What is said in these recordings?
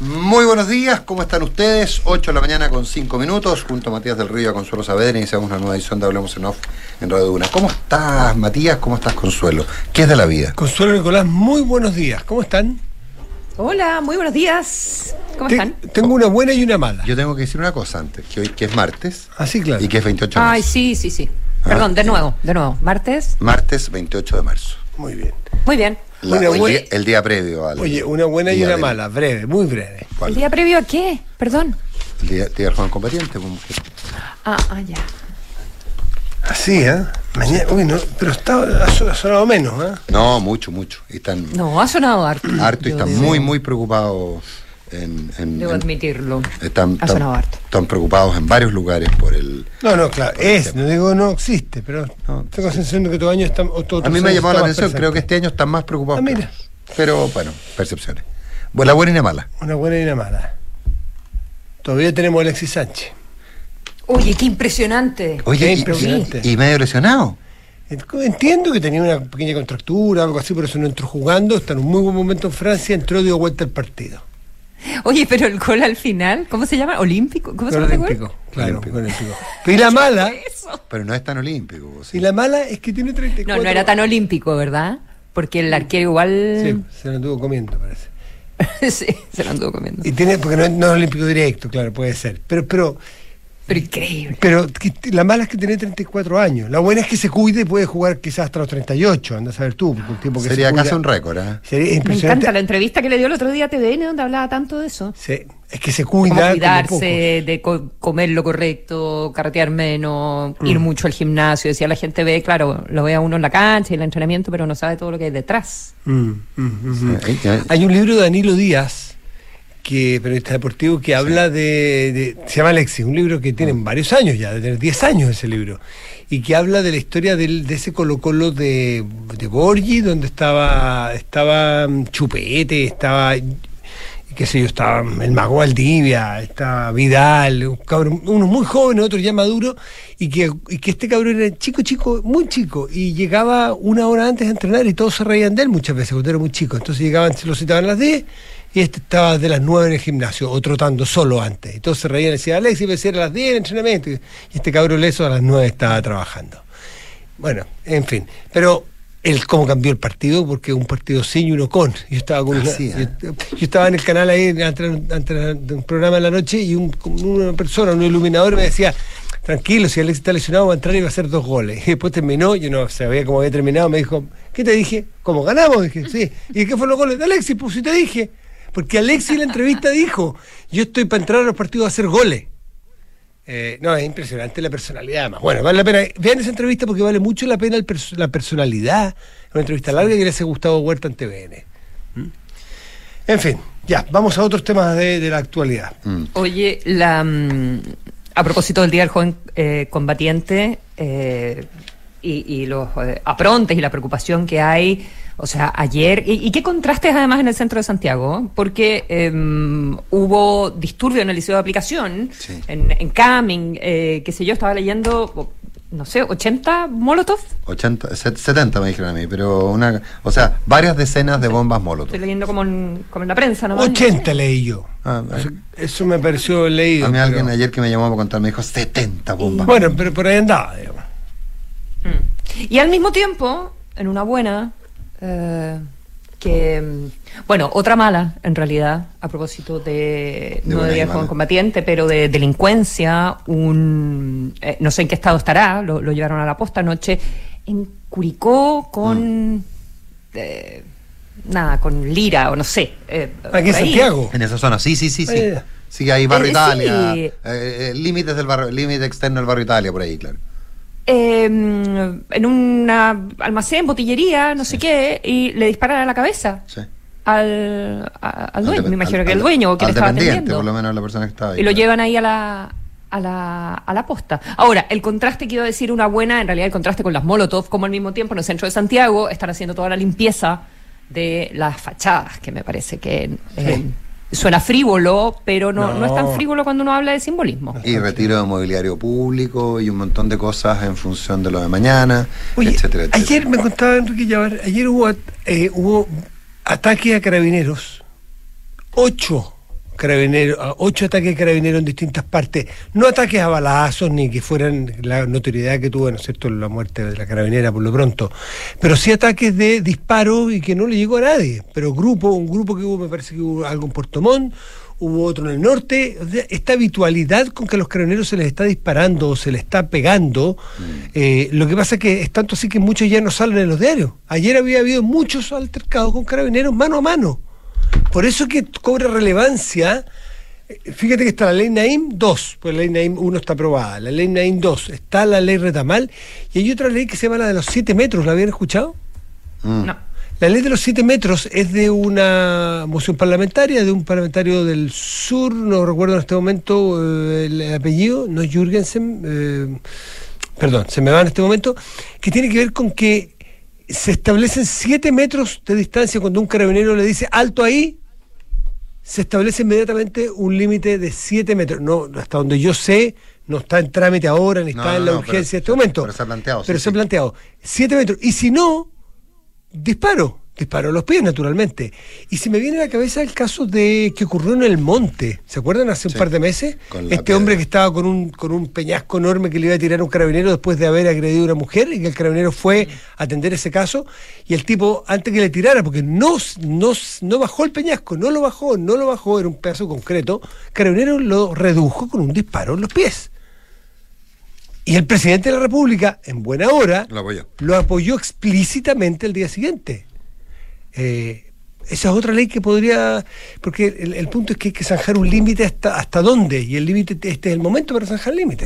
Muy buenos días, ¿cómo están ustedes? 8 de la mañana con 5 minutos, junto a Matías del Río y a Consuelo Saavedra, iniciamos una nueva edición de Hablemos en Off en Radio Duna. ¿Cómo estás, Matías? ¿Cómo estás, Consuelo? ¿Qué es de la vida? Consuelo, Nicolás, muy buenos días, ¿cómo están? Hola, muy buenos días. ¿Cómo están? Tengo una buena y una mala. Yo tengo que decir una cosa antes, que hoy que es martes. Ah, sí, claro. Y que es 28 de marzo. Ay, sí. Perdón, de nuevo. Martes. Martes 28 de marzo. Muy bien. Muy bien. El día previo al... Oye, una buena y una mala, breve, muy breve. ¿Cuál? ¿El día previo a qué? Perdón. El día del joven combatiente. Ya. Así, ¿eh? Mañana, uy, no, pero ha sonado menos, ¿eh? No, mucho. Y están No, ha sonado harto. Harto y están muy preocupados Debo admitirlo. Están sonado harto. Están preocupados en varios lugares por el... No, claro, no digo no existe, pero tengo la sensación de que todo año están... A mí me ha llamado la atención, creo que este año están más preocupados. Mira. Pero bueno, percepciones. Bueno, la buena y la mala. Una buena y una mala. Todavía tenemos a Alexis Sánchez. Oye, qué impresionante. Oye, Qué impresionante. Y medio lesionado. Entiendo que tenía una pequeña contractura, algo así, por eso no entró jugando. Está en un muy buen momento en Francia, entró y dio vuelta al partido. Oye, pero el gol al final, ¿cómo se llama? ¿Olímpico? ¿Cómo se llama? Olímpico, claro, olímpico. Pero y la mala... Pero no es tan olímpico. ¿Sí? Y la mala es que tiene 34... No era tan olímpico, ¿verdad? Porque el arquero igual... Sí, se lo anduvo comiendo, parece. Sí, se lo anduvo comiendo. Y tiene, porque no es olímpico directo, claro, puede ser. Pero increíble. Pero la mala es que tiene 34 años. La buena es que se cuide y puede jugar quizás hasta los 38, anda a saber tú. Porque el tiempo que sería se cuida, casi un récord, ¿eh? Sería impresionante. Me encanta la entrevista que le dio el otro día a TVN, donde hablaba tanto de eso. Sí, es que se cuida. Como cuidarse, de comer lo correcto, carretear menos, ir mucho al gimnasio. Decía, la gente ve, claro, lo ve a uno en la cancha y el entrenamiento, pero no sabe todo lo que hay detrás. Sí. Hay un libro de Danilo Díaz, periodista deportivo, que habla se llama Alexis, un libro que tiene varios años ya, de tener 10 años ese libro, y que habla de la historia de ese Colo-Colo de Borgi, donde estaba Chupete, estaba, qué sé yo, estaba el Mago Valdivia, estaba Vidal, un cabrón, unos muy jóvenes, otros ya maduros, y que este cabrón era chico, muy chico, y llegaba una hora antes de entrenar y todos se reían de él muchas veces, cuando era muy chico. Entonces llegaban, se lo citaban a las 10, y este estaba de las 9 en el gimnasio, o trotando solo antes. Entonces se reían y decían, Alexis, me decía a las 10 en entrenamiento. Y este cabrón leso a las 9 estaba trabajando. Bueno, en fin. Pero él cómo cambió el partido, porque es un partido sin y uno con. Yo estaba con yo estaba en el canal ahí, ante un programa en la noche, y una persona, un iluminador, me decía, tranquilo, si Alexis está lesionado va a entrar y va a hacer 2 goles. Y después terminó, yo no sabía cómo había terminado, me dijo, ¿qué te dije? ¿Cómo ganamos? Dije, sí. ¿Y qué fueron los goles? Alexis, pues si te dije. Porque Alexis en la entrevista dijo, yo estoy para entrar a los partidos a hacer goles. No, es impresionante la personalidad, además. Bueno, vale la pena, vean esa entrevista porque vale mucho la pena la personalidad. Es una entrevista larga que le hace Gustavo Huerta en TVN. En fin, ya, vamos a otros temas de la actualidad. Oye, a propósito del Día del Joven Combatiente y los aprontes y la preocupación que hay. O sea, ayer, y qué contrastes además en el centro de Santiago, porque hubo disturbio en el liceo de aplicación, sí. en Camin, qué sé yo, estaba leyendo, no sé, 80 molotov. 70 me dijeron a mí, pero varias decenas de bombas molotov. Estoy leyendo como en la prensa, ¿no? 80 leí yo. Eso me pareció leído. A mí alguien ayer que me llamó para contar me dijo 70 bombas. Bueno, pero por ahí andaba, digamos. Y al mismo tiempo, en una buena... otra mala en realidad a propósito no de Día Joven Combatiente, pero de delincuencia, no sé en qué estado estará, lo llevaron a la posta anoche en Curicó con con Lira o no sé, aquí en Santiago, en esa zona, sí. Sí, hay Barrio Italia, límites del barrio, límite externo del Barrio Italia por ahí, claro. En un almacén, botillería, no sé qué, y le disparan a la cabeza al dueño, me imagino que el dueño o quien estaba atendiendo, por lo menos la persona que estaba ahí, y lo llevan ahí a la posta. Ahora, el contraste, quiero decir, una buena, en realidad el contraste con las molotov, como al mismo tiempo en el centro de Santiago están haciendo toda la limpieza de las fachadas, que me parece que suena frívolo, pero no es tan frívolo cuando uno habla de simbolismo. Y retiro de mobiliario público y un montón de cosas en función de lo de mañana, etcétera. Ayer me contaba Enrique Llavar, hubo ataque a carabineros. 8 carabineros, 8 ataques de carabineros en distintas partes, no ataques a balazos ni que fueran la notoriedad que tuvo, ¿no es cierto?, la muerte de la carabinera por lo pronto, pero sí ataques de disparos y que no le llegó a nadie, pero un grupo que hubo, me parece que hubo algo en Puerto Montt, hubo otro en el norte. O sea, esta habitualidad con que a los carabineros se les está disparando o se les está pegando, lo que pasa es que es tanto así que muchos ya no salen en los diarios. Ayer había habido muchos altercados con carabineros mano a mano. Por eso que cobra relevancia. Fíjate que está la ley Naim 2, pues la ley Naim 1 está aprobada, la ley Naim 2, está la ley Retamal, y hay otra ley que se llama la de los 7 metros, ¿la habían escuchado? No. La ley de los 7 metros es de una moción parlamentaria, de un parlamentario del sur, no recuerdo en este momento el apellido, no es Jürgensen, perdón, se me va en este momento, que tiene que ver con que se establecen 7 metros de distancia cuando un carabinero le dice alto ahí, se establece inmediatamente un límite de 7 metros. No, hasta donde yo sé, no está en trámite ahora, ni está en la urgencia en este momento. Pero se ha planteado. Pero se ha planteado 7 metros. Y si no, disparo a los pies, naturalmente. Y se me viene a la cabeza el caso de que ocurrió en el monte. ¿Se acuerdan? Hace un par de meses. Este hombre que estaba con un peñasco enorme que le iba a tirar a un carabinero después de haber agredido a una mujer, y que el carabinero fue a atender ese caso, y el tipo, antes que le tirara, porque no bajó el peñasco, no lo bajó, era un pedazo concreto, el carabinero lo redujo con un disparo en los pies. Y el presidente de la República, en buena hora, lo apoyó explícitamente el día siguiente. Esa es otra ley que podría, porque el punto es que hay que zanjar un límite hasta dónde, y el límite, este es el momento para zanjar límites.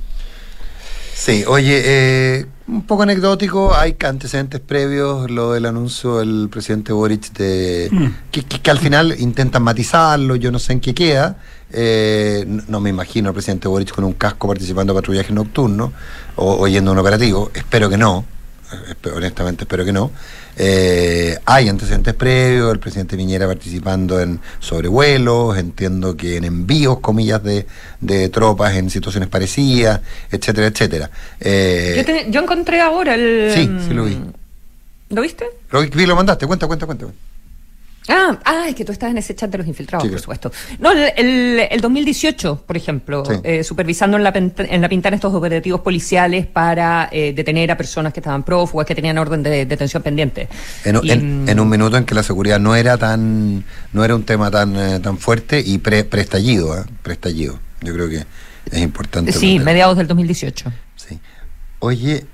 Sí, oye, un poco anecdótico, hay antecedentes previos, lo del anuncio del presidente Boric que al final intentan matizarlo, yo no sé en qué queda. No me imagino al presidente Boric con un casco participando en patrullaje nocturno o yendo a un operativo, espero que no, honestamente espero que no. Hay antecedentes previos, el presidente Piñera participando en sobrevuelos, entiendo que en envíos, comillas, de tropas en situaciones parecidas, etcétera, etcétera. Yo encontré ahora el... Sí, lo vi. ¿Lo viste? Lo mandaste, cuenta. Es que tú estás en ese chat de los infiltrados, Sí, por supuesto. No, el 2018, por ejemplo, Sí. supervisando en la Pintana estos operativos policiales para detener a personas que estaban prófugas, que tenían orden de detención pendiente. En un minuto en que la seguridad no era un tema tan fuerte y preestallido. Yo creo que es importante. Sí, mediados del 2018. Sí. Oye,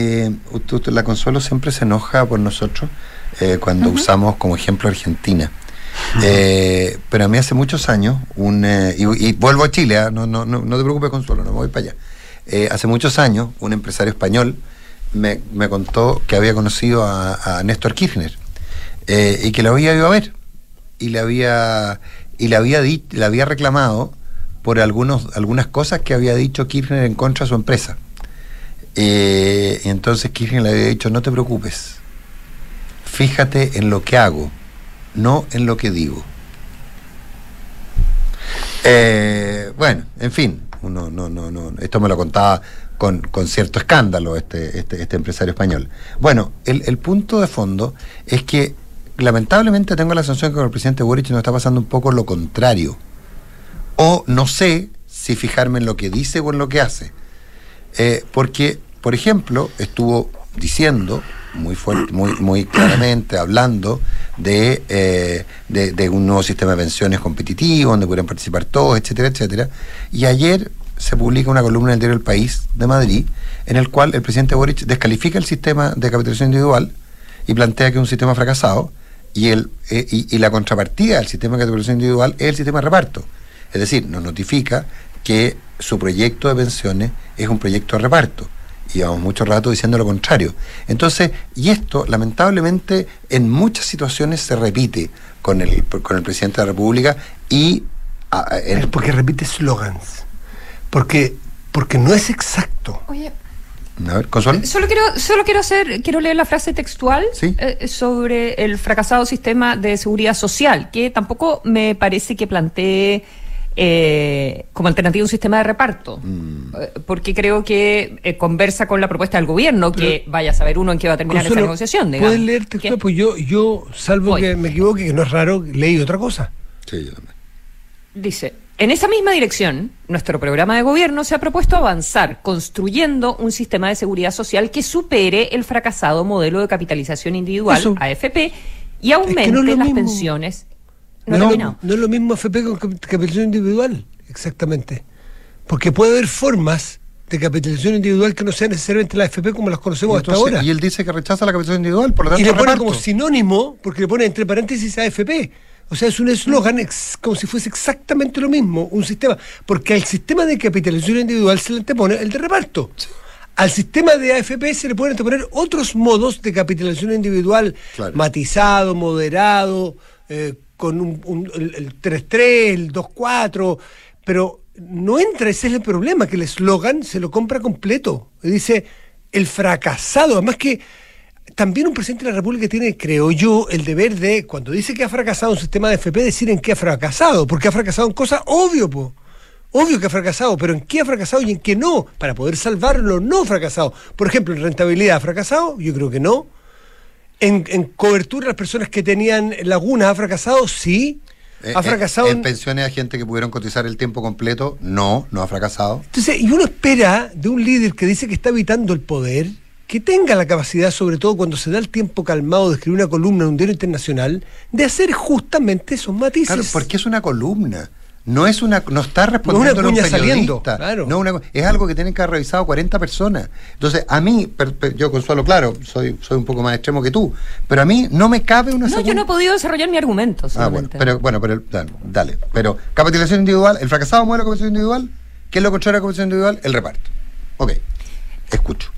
la Consuelo siempre se enoja por nosotros cuando usamos como ejemplo Argentina. Pero a mí hace muchos años, y vuelvo a Chile, no te preocupes, Consuelo, no me voy para allá. Hace muchos años, un empresario español me contó que había conocido a Néstor Kirchner y que lo había ido a ver y le había reclamado por algunas cosas que había dicho Kirchner en contra de su empresa. Y entonces Kirchner le había dicho: no te preocupes, fíjate en lo que hago, no en lo que digo. Bueno, en fin, no, esto me lo contaba con cierto escándalo este empresario español. Bueno, el punto de fondo es que lamentablemente tengo la sensación que con el presidente Boric nos está pasando un poco lo contrario, o no sé si fijarme en lo que dice o en lo que hace, porque, por ejemplo, estuvo diciendo muy fuerte, muy claramente, hablando de un nuevo sistema de pensiones competitivo donde pudieran participar todos, etcétera, etcétera. Y ayer se publica una columna en el diario El País de Madrid en el cual el presidente Boric descalifica el sistema de capitalización individual y plantea que es un sistema fracasado, y la contrapartida del sistema de capitalización individual es el sistema de reparto. Es decir, nos notifica que su proyecto de pensiones es un proyecto de reparto. Llevamos mucho rato diciendo lo contrario. Entonces, y esto lamentablemente en muchas situaciones se repite con el presidente de la República Es porque repite slogans. Porque no es exacto. Oye, a ver, Consuelo. Solo quiero leer la frase textual. ¿Sí? Sobre el fracasado sistema de seguridad social, que tampoco me parece que plantee como alternativa un sistema de reparto, porque creo que conversa con la propuesta del gobierno, que vaya a saber uno en qué va a terminar esa negociación. ¿Puedes leer textual? Pues yo salvo que me equivoque, que no es raro, leí otra cosa. Sí, yo también. Dice, en esa misma dirección, nuestro programa de gobierno se ha propuesto avanzar construyendo un sistema de seguridad social que supere el fracasado modelo de capitalización individual, Eso. AFP, y aumente Es que no es lo las mismo. pensiones. No es lo mismo AFP con capitalización individual, exactamente. Porque puede haber formas de capitalización individual que no sean necesariamente la AFP como las conocemos hasta ahora. Y él dice que rechaza la capitalización individual, por lo tanto Y le pone reparto. como sinónimo, porque le pone entre paréntesis AFP. O sea, es un eslogan como si fuese exactamente lo mismo, un sistema. Porque al sistema de capitalización individual se le antepone el de reparto. Sí. Al sistema de AFP se le pueden anteponer otros modos de capitalización individual, claro, matizado, moderado, con el 3-3, el 2-4, pero no entra, ese es el problema, que el eslogan se lo compra completo. Dice, el fracasado, además que también un presidente de la República tiene, creo yo, el deber de, cuando dice que ha fracasado un sistema de AFP, decir en qué ha fracasado, porque ha fracasado en cosas obvio, obvio que ha fracasado, pero en qué ha fracasado y en qué no, para poder salvarlo no fracasado. Por ejemplo, en rentabilidad ha fracasado, yo creo que no. En cobertura a las personas que tenían lagunas ha fracasado, sí. Ha fracasado en pensiones a gente que pudieron cotizar el tiempo completo, no ha fracasado. Entonces, y uno espera de un líder que dice que está evitando el poder, que tenga la capacidad, sobre todo cuando se da el tiempo calmado de escribir una columna en un diario internacional, de hacer justamente esos matices. Claro, porque es una columna. No está respondiendo no un una periodista. Saliendo, claro. Es algo que tienen que haber revisado 40 personas. Entonces, a mí, yo, Consuelo, claro, soy un poco más extremo que tú, pero a mí no me cabe una segunda... yo no he podido desarrollar mi argumento solamente. Bueno, pero dale. Pero capitalización individual, el fracasado modelo de capitalización individual, ¿qué es lo contrario a capitalización individual? El reparto. Ok, escucho.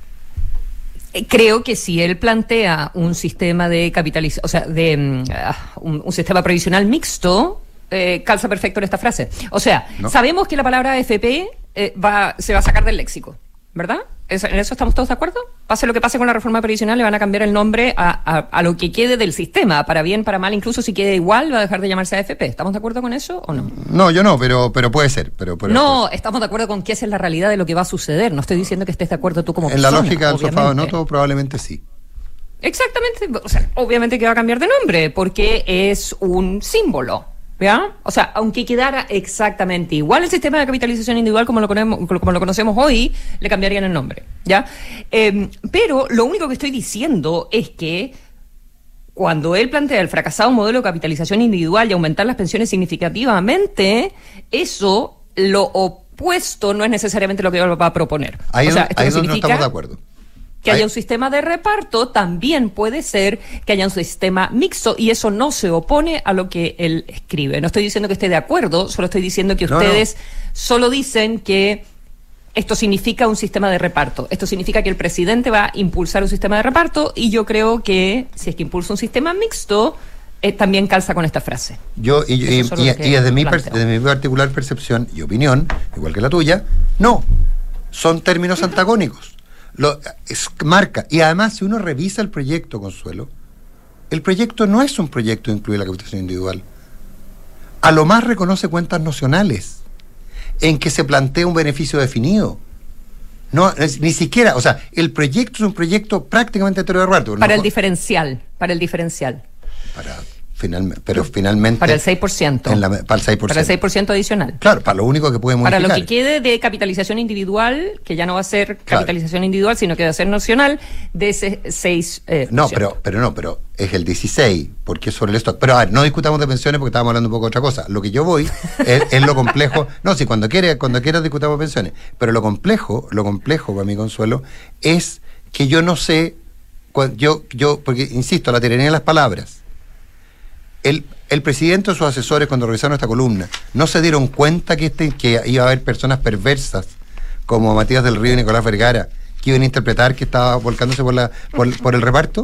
Creo que si él plantea un sistema de capitalización, o sea, de un sistema previsional mixto, calza perfecto en esta frase. O sea, sabemos que la palabra AFP se va a sacar del léxico, ¿verdad? ¿En eso estamos todos de acuerdo? Pase lo que pase con la reforma previsional, le van a cambiar el nombre a lo que quede del sistema, para bien, para mal, incluso si queda igual, va a dejar de llamarse AFP. ¿Estamos de acuerdo con eso o no? No, yo no, pero puede ser. No, estamos de acuerdo con que esa es la realidad de lo que va a suceder. No estoy diciendo que estés de acuerdo tú como persona. En la lógica del sofá no, probablemente sí. Exactamente, o sea, obviamente que va a cambiar de nombre, porque es un símbolo. ¿Ya? O sea, aunque quedara exactamente igual el sistema de capitalización individual como lo conocemos hoy, le cambiarían el nombre, ¿ya? Pero lo único que estoy diciendo es que cuando él plantea el fracasado modelo de capitalización individual y aumentar las pensiones significativamente, eso, lo opuesto, no es necesariamente lo que él va a proponer. Ahí o sea, esto no significa estamos de acuerdo. Que haya un sistema de reparto, también puede ser que haya un sistema mixto, y eso no se opone a lo que él escribe. No estoy diciendo que esté de acuerdo, solo estoy diciendo que ustedes solo dicen que esto significa un sistema de reparto. Esto significa que el presidente va a impulsar un sistema de reparto, y yo creo que si es que impulsa un sistema mixto, también calza con esta frase. Y desde mi particular percepción y opinión, igual que la tuya, no, son términos antagónicos. Marca, y además si uno revisa el proyecto, Consuelo, el proyecto no es un proyecto de incluir la capitalización individual. A lo más reconoce cuentas nocionales en que se plantea un beneficio definido. No, ni siquiera, o sea, el proyecto es un proyecto prácticamente de reparto. Para el diferencial. Finalmente para el 6%. Para el 6%. Para el 6% adicional. Claro, para lo único que puede modificar. Para lo que quede de capitalización individual, que ya no va a ser capitalización individual, sino que va a ser nocional, de ese 6%. No, pero es el 16%, porque es sobre el stock. Pero a ver, no discutamos de pensiones porque estábamos hablando un poco de otra cosa. Lo que yo voy es lo complejo. No, si cuando quieras discutamos pensiones. Pero lo complejo para mí, Consuelo, es que yo no sé, porque insisto, la tiranía de las palabras. El presidente o sus asesores, cuando revisaron esta columna, no se dieron cuenta que iba a haber personas perversas como Matías del Río y Nicolás Vergara, que iban a interpretar que estaba volcándose por el reparto.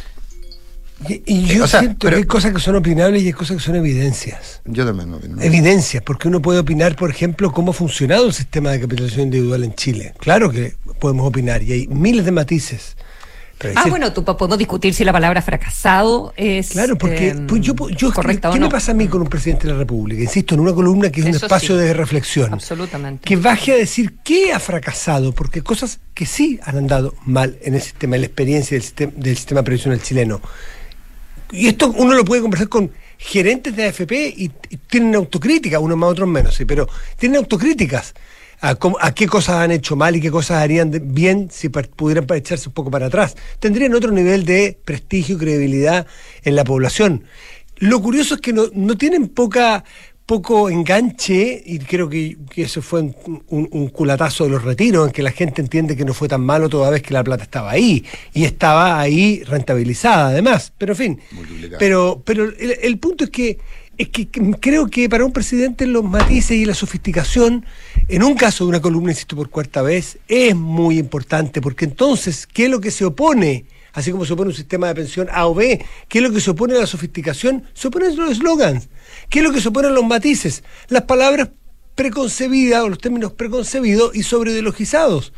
Y yo siento que hay cosas que son opinables y hay cosas que son evidencias. Yo también opino. Evidencias, porque uno puede opinar, por ejemplo, cómo ha funcionado el sistema de capitalización individual en Chile. Claro que podemos opinar, y hay miles de matices. Bueno, podemos discutir si la palabra fracasado es claro, porque correcta o no. ¿Qué me pasa a mí con un presidente de la República? Insisto, en una columna que es un espacio de reflexión. Absolutamente. Que baje a decir qué ha fracasado, porque cosas que sí han andado mal en el sistema, en la experiencia del sistema previsional chileno. Y esto uno lo puede conversar con gerentes de AFP y tienen autocrítica, unos más, otros menos, sí, pero tienen autocríticas a qué cosas han hecho mal y qué cosas harían bien si pudieran echarse un poco para atrás. Tendrían otro nivel de prestigio y credibilidad en la población. Lo curioso es que no tienen poco enganche, y creo que eso fue un culatazo de los retiros, en que la gente entiende que no fue tan malo toda vez que la plata estaba ahí, y estaba ahí rentabilizada además, pero en fin. Pero el punto es que creo que para un presidente los matices y la sofisticación, en un caso de una columna, insisto por cuarta vez, es muy importante, porque entonces, ¿qué es lo que se opone? Así como se opone un sistema de pensión A o B, ¿qué es lo que se opone a la sofisticación? Se oponen los eslogans. ¿Qué es lo que se opone a los matices? Las palabras preconcebidas o los términos preconcebidos y sobreideologizados.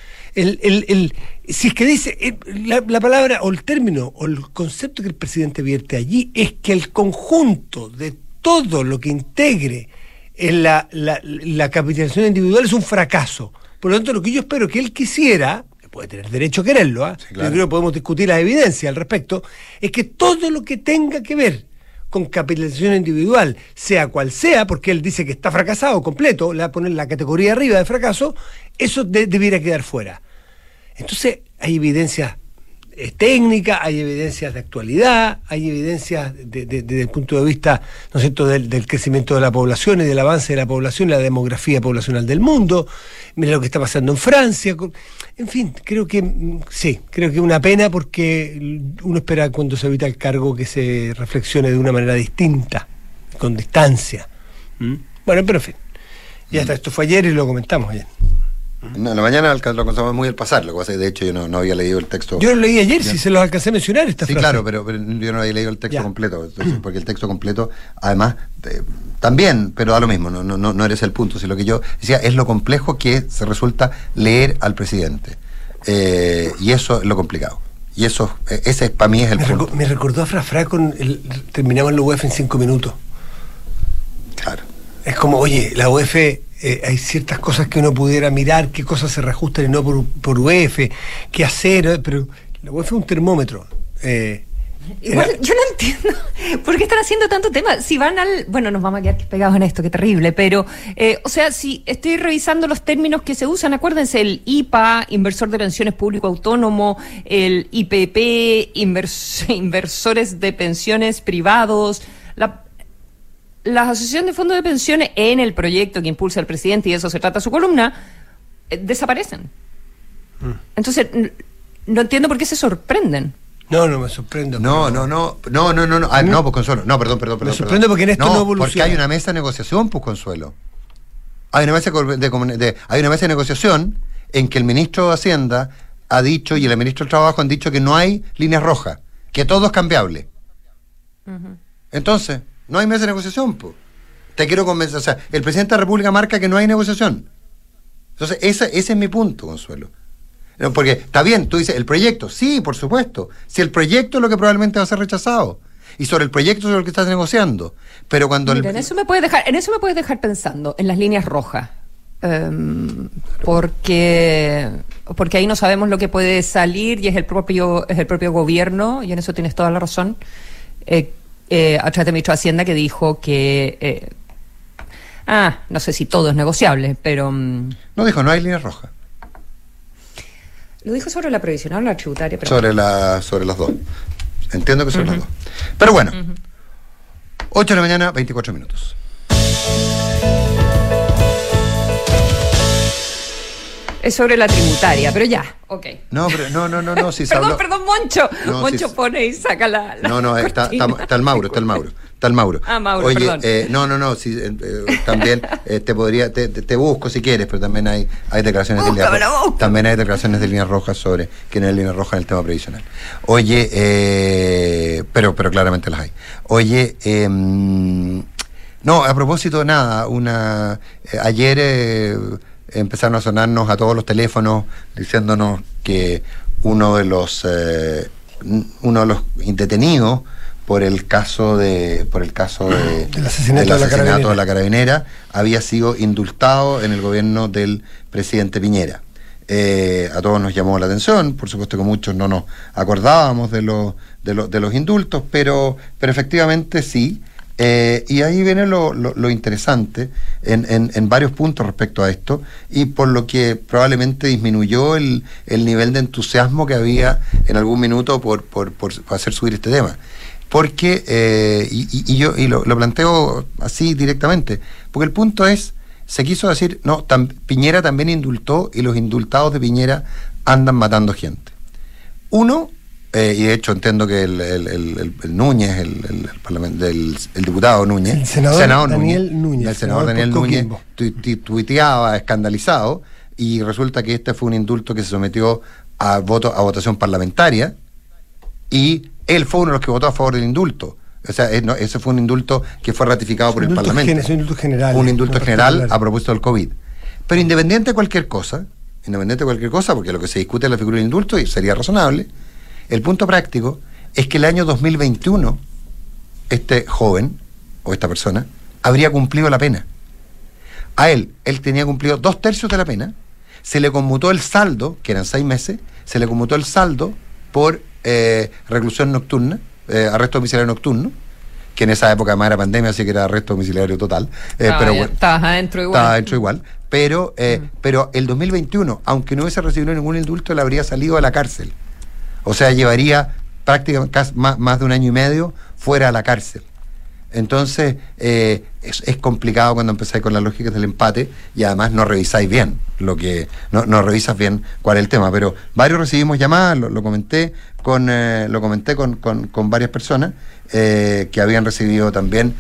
Si es que dice la palabra o el término o el concepto que el presidente vierte allí es que el conjunto de todo lo que integre en la capitalización individual es un fracaso. Por lo tanto, lo que yo espero que él quisiera, puede tener derecho a quererlo, sí, claro. Yo creo que podemos discutir las evidencias al respecto, es que todo lo que tenga que ver con capitalización individual, sea cual sea, porque él dice que está fracasado completo, le va a poner la categoría arriba de fracaso, eso debiera quedar fuera. Entonces hay evidencias técnicas, hay evidencias de actualidad, hay evidencias desde el punto de vista, ¿no es cierto?, del crecimiento de la población y del avance de la población y la demografía poblacional del mundo. Mira lo que está pasando en Francia. En fin, creo que es una pena, porque uno espera cuando se evita el cargo que se reflexione de una manera distinta, con distancia. Bueno, pero en fin. Y hasta esto fue ayer y lo comentamos ayer. No, en la mañana lo alcanzamos muy al pasar, lo que pasa es que de hecho yo no había leído el texto. Yo lo leí ayer, si se los alcancé a mencionar esta frase. Sí, claro, pero yo no había leído el texto completo, entonces, porque el texto completo, además, también, pero da lo mismo, no eres el punto. Si lo que yo decía es lo complejo que se resulta leer al presidente, y eso es lo complicado. Y eso, ese para mí es el punto. Me recordó a Frafra con terminamos la UEF en 5 minutos. Claro. Es como, oye, la UEF... hay ciertas cosas que uno pudiera mirar, qué cosas se reajustan y no por UEF, qué hacer, pero la UEF es un termómetro. Igual, yo no entiendo por qué están haciendo tanto tema. Si van bueno, nos vamos a quedar pegados en esto, qué terrible, pero, o sea, si estoy revisando los términos que se usan, acuérdense, el IPA, inversor de pensiones público autónomo, el IPP, inversores de pensiones privados, la Asociación de Fondos de Pensiones, en el proyecto que impulsa el presidente, y de eso se trata su columna, desaparecen. Entonces, no entiendo por qué se sorprenden. No me sorprendo. No, pues Consuelo. No, perdón. Me sorprende porque en esto no evoluciona. Porque hay una mesa de negociación, pues Consuelo. Hay una mesa de negociación en que el ministro de Hacienda ha dicho y el ministro del Trabajo han dicho que no hay líneas rojas, que todo es cambiable. Entonces, no hay mesa de negociación, pues. Te quiero convencer. O sea, el presidente de la República marca que no hay negociación. Entonces, ese es mi punto, Consuelo. Porque está bien, tú dices, el proyecto, sí, por supuesto. Si el proyecto es lo que probablemente va a ser rechazado. Y sobre el proyecto sobre el que estás negociando. Pero cuando en eso me puedes dejar pensando, en las líneas rojas. Porque ahí no sabemos lo que puede salir, y es el propio gobierno, y en eso tienes toda la razón. A través del ministro de Hacienda, que dijo que no sé si todo es negociable, pero no dijo, no hay línea roja. Lo dijo sobre la previsional o la tributaria, pero sobre las dos. Entiendo que son las dos. Pero bueno, 8 de la mañana, 24 minutos. Es sobre la tributaria, pero ya, ok. No, si se Perdón, Moncho. No, Moncho pone y saca la No, está el Mauro. Ah, Mauro, oye, perdón. También te busco si quieres, pero también hay declaraciones de línea roja. También hay declaraciones de línea roja sobre que no hay línea roja en el tema previsional. Oye, pero claramente las hay. Oye, a propósito, ayer empezaron a sonarnos a todos los teléfonos diciéndonos que uno de los detenidos por el caso del asesinato de la carabinera había sido indultado en el gobierno del presidente Piñera. A todos nos llamó la atención, por supuesto que muchos no nos acordábamos de los indultos, pero efectivamente sí. Y ahí viene lo interesante en varios puntos respecto a esto, y por lo que probablemente disminuyó el nivel de entusiasmo que había en algún minuto por hacer subir este tema. Porque, yo lo planteo así directamente, porque el punto es, se quiso decir, no, Piñera también indultó, y los indultados de Piñera andan matando gente. Uno, y de hecho entiendo que el Núñez, el diputado Núñez, el senador Daniel Núñez tuiteaba escandalizado, y resulta que este fue un indulto que se sometió a votación parlamentaria, y él fue uno de los que votó a favor del indulto. O sea, ese fue un indulto que fue ratificado por el Parlamento. Un indulto general a propósito del COVID. Pero independiente de cualquier cosa, porque lo que se discute es la figura del indulto, y sería razonable, el punto práctico es que el año 2021 este joven, o esta persona, habría cumplido la pena. A él tenía cumplido 2/3 de la pena, se le conmutó el saldo, que eran 6 meses, se le conmutó el saldo por reclusión nocturna, arresto domiciliario nocturno, que en esa época además era pandemia, así que era arresto domiciliario total. Pero bueno, estabas adentro igual. Estaba adentro igual. Pero el 2021, aunque no hubiese recibido ningún indulto, le habría salido a la cárcel. O sea, llevaría prácticamente más de 1 año y medio fuera de la cárcel. Entonces, es complicado cuando empezáis con las lógicas del empate, y además no revisáis bien no revisas bien cuál es el tema. Pero varios recibimos llamadas, lo comenté con varias personas que habían recibido también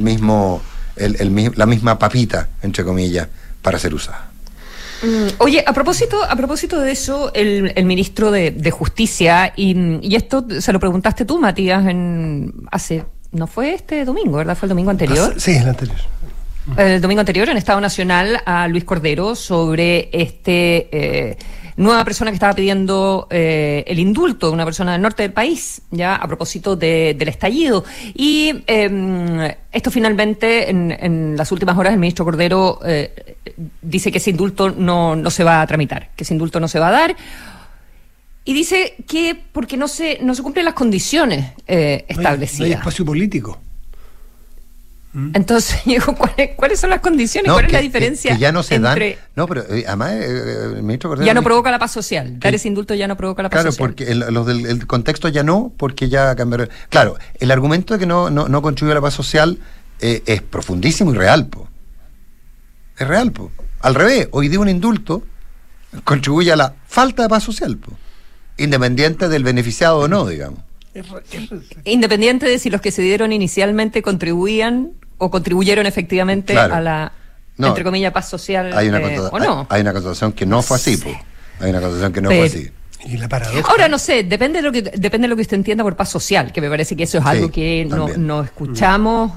la misma papita, entre comillas, para ser usada. Oye, a propósito de eso, el ministro de Justicia, y esto se lo preguntaste tú, Matías, no fue este domingo, ¿verdad? Fue el domingo anterior. Sí, el anterior. El domingo anterior en Estado Nacional, a Luis Cordero sobre nueva persona que estaba pidiendo el indulto de una persona del norte del país, ya a propósito del estallido. Y esto finalmente, en las últimas horas, el ministro Cordero dice que ese indulto no se va a tramitar, que ese indulto no se va a dar. Y dice que porque no se cumplen las condiciones establecidas. No hay espacio político. Entonces, ¿cuáles son las condiciones? ¿Cuál es la diferencia? Que ya no se dan. No, pero además el ministro Cordero ya no provoca la paz social. Dar ese indulto ya no provoca la paz social. Claro, porque los del contexto ya no, porque ya cambiaron. Claro, el argumento de que no contribuye a la paz social es profundísimo y real, po. Es real, po. Al revés, hoy día un indulto contribuye a la falta de paz social, po. Independiente del beneficiado o no, digamos. Independiente de si los que se dieron inicialmente contribuían o contribuyeron efectivamente a la, entre comillas, paz social o no. Hay una constatación que no fue así, pues. Hay una constatación que no fue así. Y la paradoja. Ahora, no sé, depende de lo que usted entienda por paz social, que me parece que eso es algo que no escuchamos.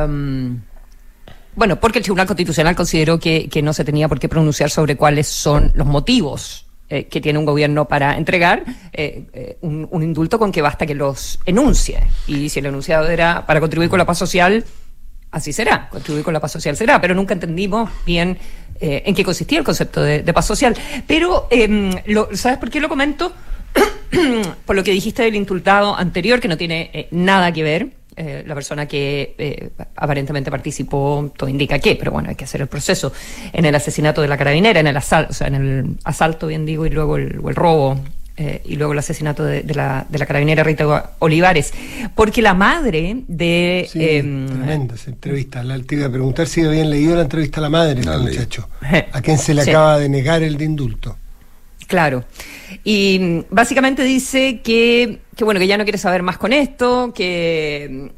Bueno, porque el Tribunal Constitucional consideró que no se tenía por qué pronunciar sobre cuáles son los motivos que tiene un gobierno para entregar un indulto, con que basta que los enuncie. Y si el enunciado era para contribuir con la paz social, así será, contribuir con la paz social será, pero nunca entendimos bien en qué consistía el concepto de paz social. Pero, ¿sabes por qué lo comento? Por lo que dijiste del indultado anterior, que no tiene nada que ver. La persona que aparentemente participó, todo indica que, pero bueno, hay que hacer el proceso, en el asesinato de la carabinera, en el asalto, bien digo, y luego el robo, y luego el asesinato de la carabinera Rita Olivares, porque la madre de... tremenda esa entrevista. Te iba a preguntar si habían leído la entrevista a la madre, este muchacho, a quien se le acaba de negar el de indulto. Claro. Y básicamente dice que bueno, que ya no quiere saber más con esto, que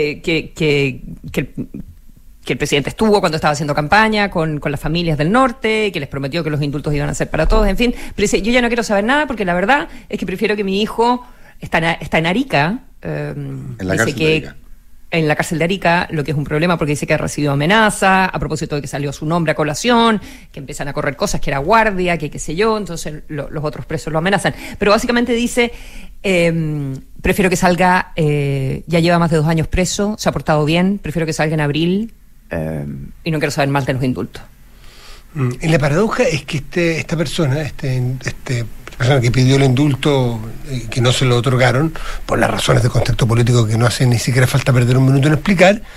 el presidente estuvo cuando estaba haciendo campaña con las familias del norte, que les prometió que los indultos iban a ser para todos, en fin. Pero dice, yo ya no quiero saber nada porque la verdad es que prefiero que mi hijo está en Arica. En la cárcel de Arica. En la cárcel de Arica, lo que es un problema porque dice que ha recibido amenaza, a propósito de que salió su nombre a colación, que empiezan a correr cosas, que era guardia, que qué sé yo, entonces los otros presos lo amenazan. Pero básicamente dice, prefiero que salga, ya lleva más de 2 años preso, se ha portado bien, prefiero que salga en abril, y no quiero saber más de los indultos. Y la paradoja es que esta persona, persona que pidió el indulto, que no se lo otorgaron por las razones de contexto político que no hace ni siquiera falta perder un minuto en explicar,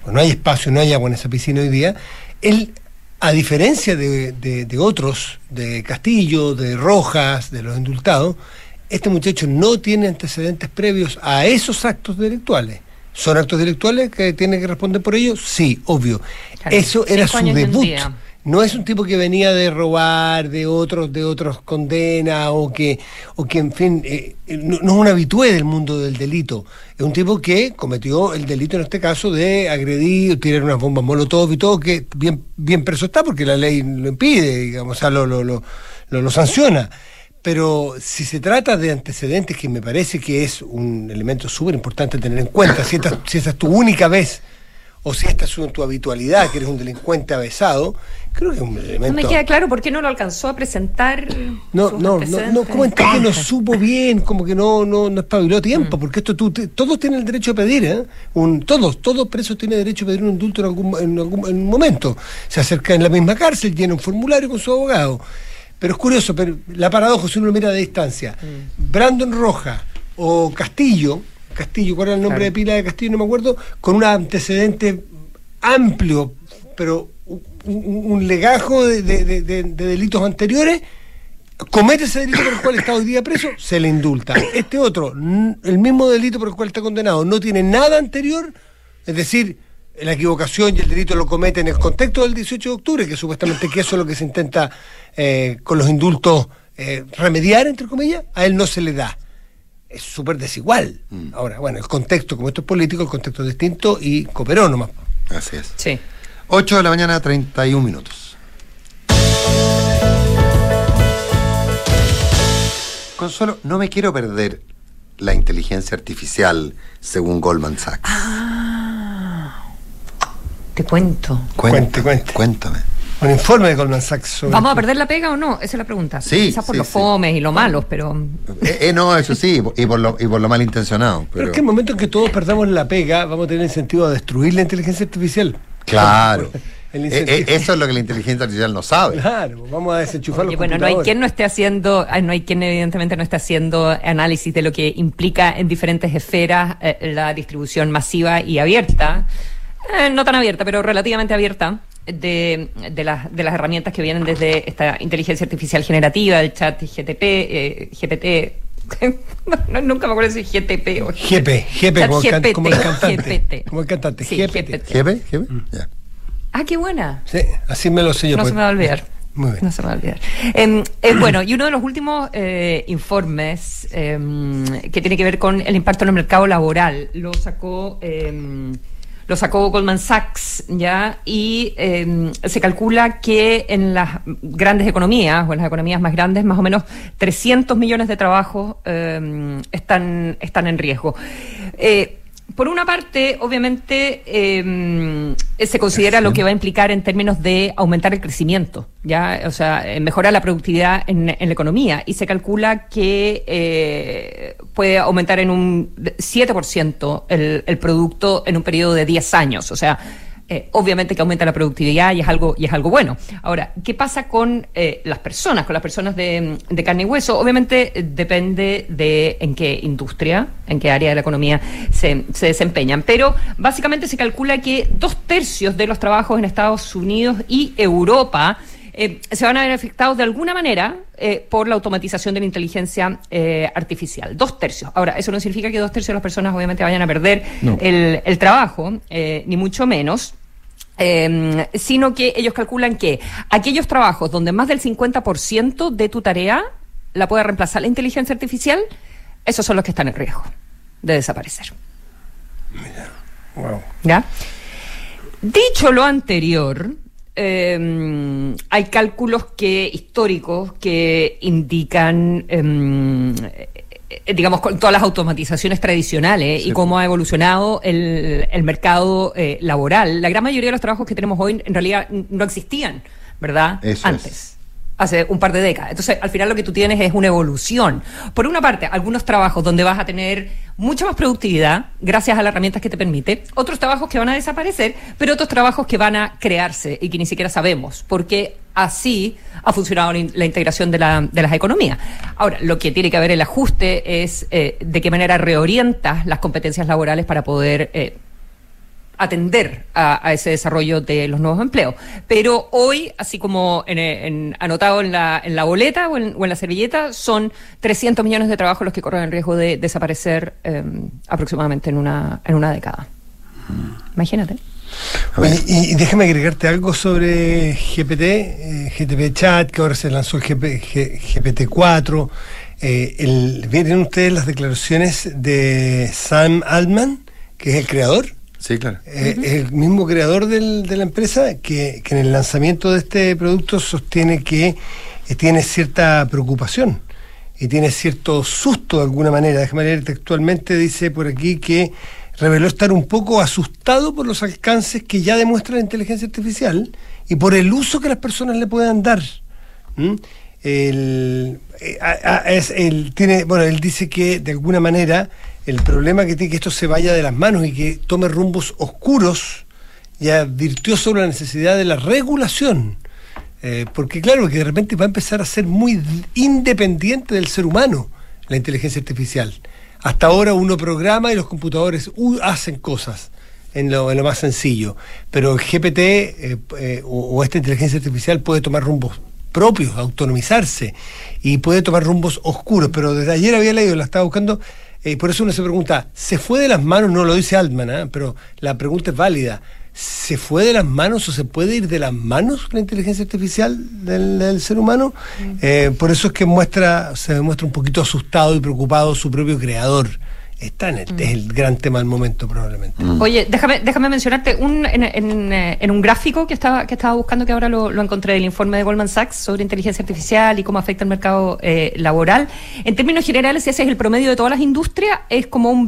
no hay espacio, no hay agua en esa piscina hoy día, él, a diferencia de otros, de Castillo, de Rojas, de los indultados, este muchacho no tiene antecedentes previos a esos actos delictuales. ¿Son actos delictuales que tiene que responder por ellos? Sí, obvio. Claro, eso era su debut. No es un tipo que venía de robar, de otros condenas, o que en fin, no es un habitué del mundo del delito. Es un tipo que cometió el delito en este caso de agredir, tirar unas bombas molotov y todo, que bien preso está porque la ley lo impide, digamos, o sea, lo sanciona. Pero si se trata de antecedentes, que me parece que es un elemento súper importante tener en cuenta, si esta es tu única vez, o si esta es tu habitualidad, que eres un delincuente avesado, creo que es un elemento... No me queda claro por qué no lo alcanzó a presentar. No, comenté que no supo bien, como que no espabiló a tiempo, porque esto todos tienen el derecho a pedir, todos presos tienen derecho a pedir un indulto en algún momento. Se acerca en la misma cárcel, llena un formulario con su abogado. Pero es curioso, pero la paradoja, si uno lo mira de distancia, Brandon Rojas o Castillo, ¿cuál era el nombre de pila de Castillo? No me acuerdo, con un antecedente amplio, pero un legajo de delitos anteriores, comete ese delito por el cual está hoy día preso, se le indulta. Este otro, el mismo delito por el cual está condenado, no tiene nada anterior, es decir, la equivocación y el delito lo comete en el contexto del 18 de octubre, que supuestamente que eso es lo que se intenta con los indultos remediar, entre comillas, a él no se le da. Es súper desigual. Ahora, bueno, el contexto, como esto es político, el contexto es distinto y cooperó nomás. Así es. Sí. 8 de la mañana, 31 minutos. Consuelo, no me quiero perder la inteligencia artificial según Goldman Sachs. Te cuento. Cuéntame. Un informe de Goldman Sachs. ¿Vamos a perder la pega o no? Esa es la pregunta. Sí. Quizás por los fomes y lo malos, pero... No, eso sí, y por lo malintencionado. Pero es que el momento en que todos perdamos la pega, vamos a tener incentivo a destruir la inteligencia artificial. Claro. Eso es lo que la inteligencia artificial no sabe. Claro, vamos a desenchufar los computadores. No hay quien evidentemente no esté haciendo análisis de lo que implica en diferentes esferas la distribución masiva y abierta, no tan abierta, pero relativamente abierta, de las herramientas que vienen desde esta inteligencia artificial generativa, el chat GPT, nunca me acuerdo si GTP o GP, como el cantante. Como el cantante, sí, GPT. ¿GP? Ya. Ah, qué buena. Sí, así me lo sé yo. No se me va a olvidar. Muy bien. No se me va a olvidar. Bueno, y uno de los últimos informes que tiene que ver con el impacto en el mercado laboral lo sacó Goldman Sachs, ¿ya? Y se calcula que en las grandes economías, o en las economías más grandes, más o menos 300 millones de trabajos están en riesgo. Por una parte, obviamente, se considera lo que va a implicar en términos de aumentar el crecimiento, ¿ya? O sea, mejorar la productividad en la economía, y se calcula que puede aumentar en un 7% el producto en un periodo de 10 años, o sea, obviamente que aumenta la productividad y es algo bueno. Ahora, ¿qué pasa con las personas de carne y hueso? Obviamente depende de en qué industria, en qué área de la economía se desempeñan, pero básicamente se calcula que 2/3 de los trabajos en Estados Unidos y Europa se van a ver afectados de alguna manera por la automatización de la inteligencia artificial. 2/3. Ahora, eso no significa que 2/3 de las personas obviamente vayan a perder el trabajo, ni mucho menos. Sino que ellos calculan que aquellos trabajos donde más del 50% de tu tarea la puede reemplazar la inteligencia artificial, esos son los que están en riesgo de desaparecer. Mira, wow. ¿Ya? Dicho lo anterior, hay cálculos históricos que indican digamos, con todas las automatizaciones tradicionales, sí, y cómo ha evolucionado el mercado laboral. La gran mayoría de los trabajos que tenemos hoy en realidad no existían, ¿verdad? Eso antes. Hace un par de décadas. Entonces, al final lo que tú tienes es una evolución. Por una parte, algunos trabajos donde vas a tener mucha más productividad gracias a las herramientas que te permite, otros trabajos que van a desaparecer, pero otros trabajos que van a crearse y que ni siquiera sabemos, porque así ha funcionado la integración de las economías. Ahora, lo que tiene que haber el ajuste es de qué manera reorientas las competencias laborales para poder atender a ese desarrollo de los nuevos empleos. Pero hoy, así como anotado en la boleta o en la servilleta, son 300 millones de trabajos los que corren el riesgo de desaparecer aproximadamente en una década. Imagínate. Y déjame agregarte algo sobre GTP Chat, que ahora se lanzó el GPT-4. ¿Vieron ustedes las declaraciones de Sam Altman, que es el creador? Sí, claro. El mismo creador de la empresa, que en el lanzamiento de este producto sostiene que tiene cierta preocupación y tiene cierto susto de alguna manera. Déjame leer textualmente, dice por aquí que reveló estar un poco asustado por los alcances que ya demuestra la inteligencia artificial y por el uso que las personas le puedan dar. Él dice que de alguna manera el problema que tiene que esto se vaya de las manos y que tome rumbos oscuros, y advirtió sobre la necesidad de la regulación, porque claro, que de repente va a empezar a ser muy independiente del ser humano la inteligencia artificial. Hasta ahora uno programa y los computadores hacen cosas en lo más sencillo, pero el GPT o esta inteligencia artificial puede tomar rumbos propios, autonomizarse, y puede tomar rumbos oscuros. Pero desde ayer había leído, la estaba buscando, por eso uno se pregunta, ¿se fue de las manos? No lo dice Altman, pero la pregunta es válida. ¿Se fue de las manos o se puede ir de las manos la inteligencia artificial del ser humano? Por eso es que se muestra un poquito asustado y preocupado su propio creador. Es el gran tema del momento, probablemente. Oye, déjame mencionarte en un gráfico que estaba buscando, que ahora lo encontré, del informe de Goldman Sachs sobre inteligencia artificial y cómo afecta el mercado laboral. En términos generales, si ese es el promedio de todas las industrias, es como un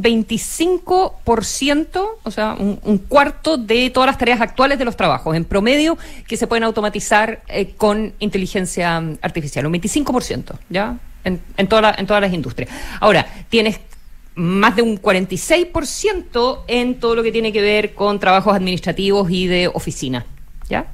25%, o sea, un cuarto de todas las tareas actuales de los trabajos, en promedio, que se pueden automatizar con inteligencia artificial. Un 25%, ¿ya? En todas las industrias. Ahora, tienes más de un 46% en todo lo que tiene que ver con trabajos administrativos y de oficina, ¿ya?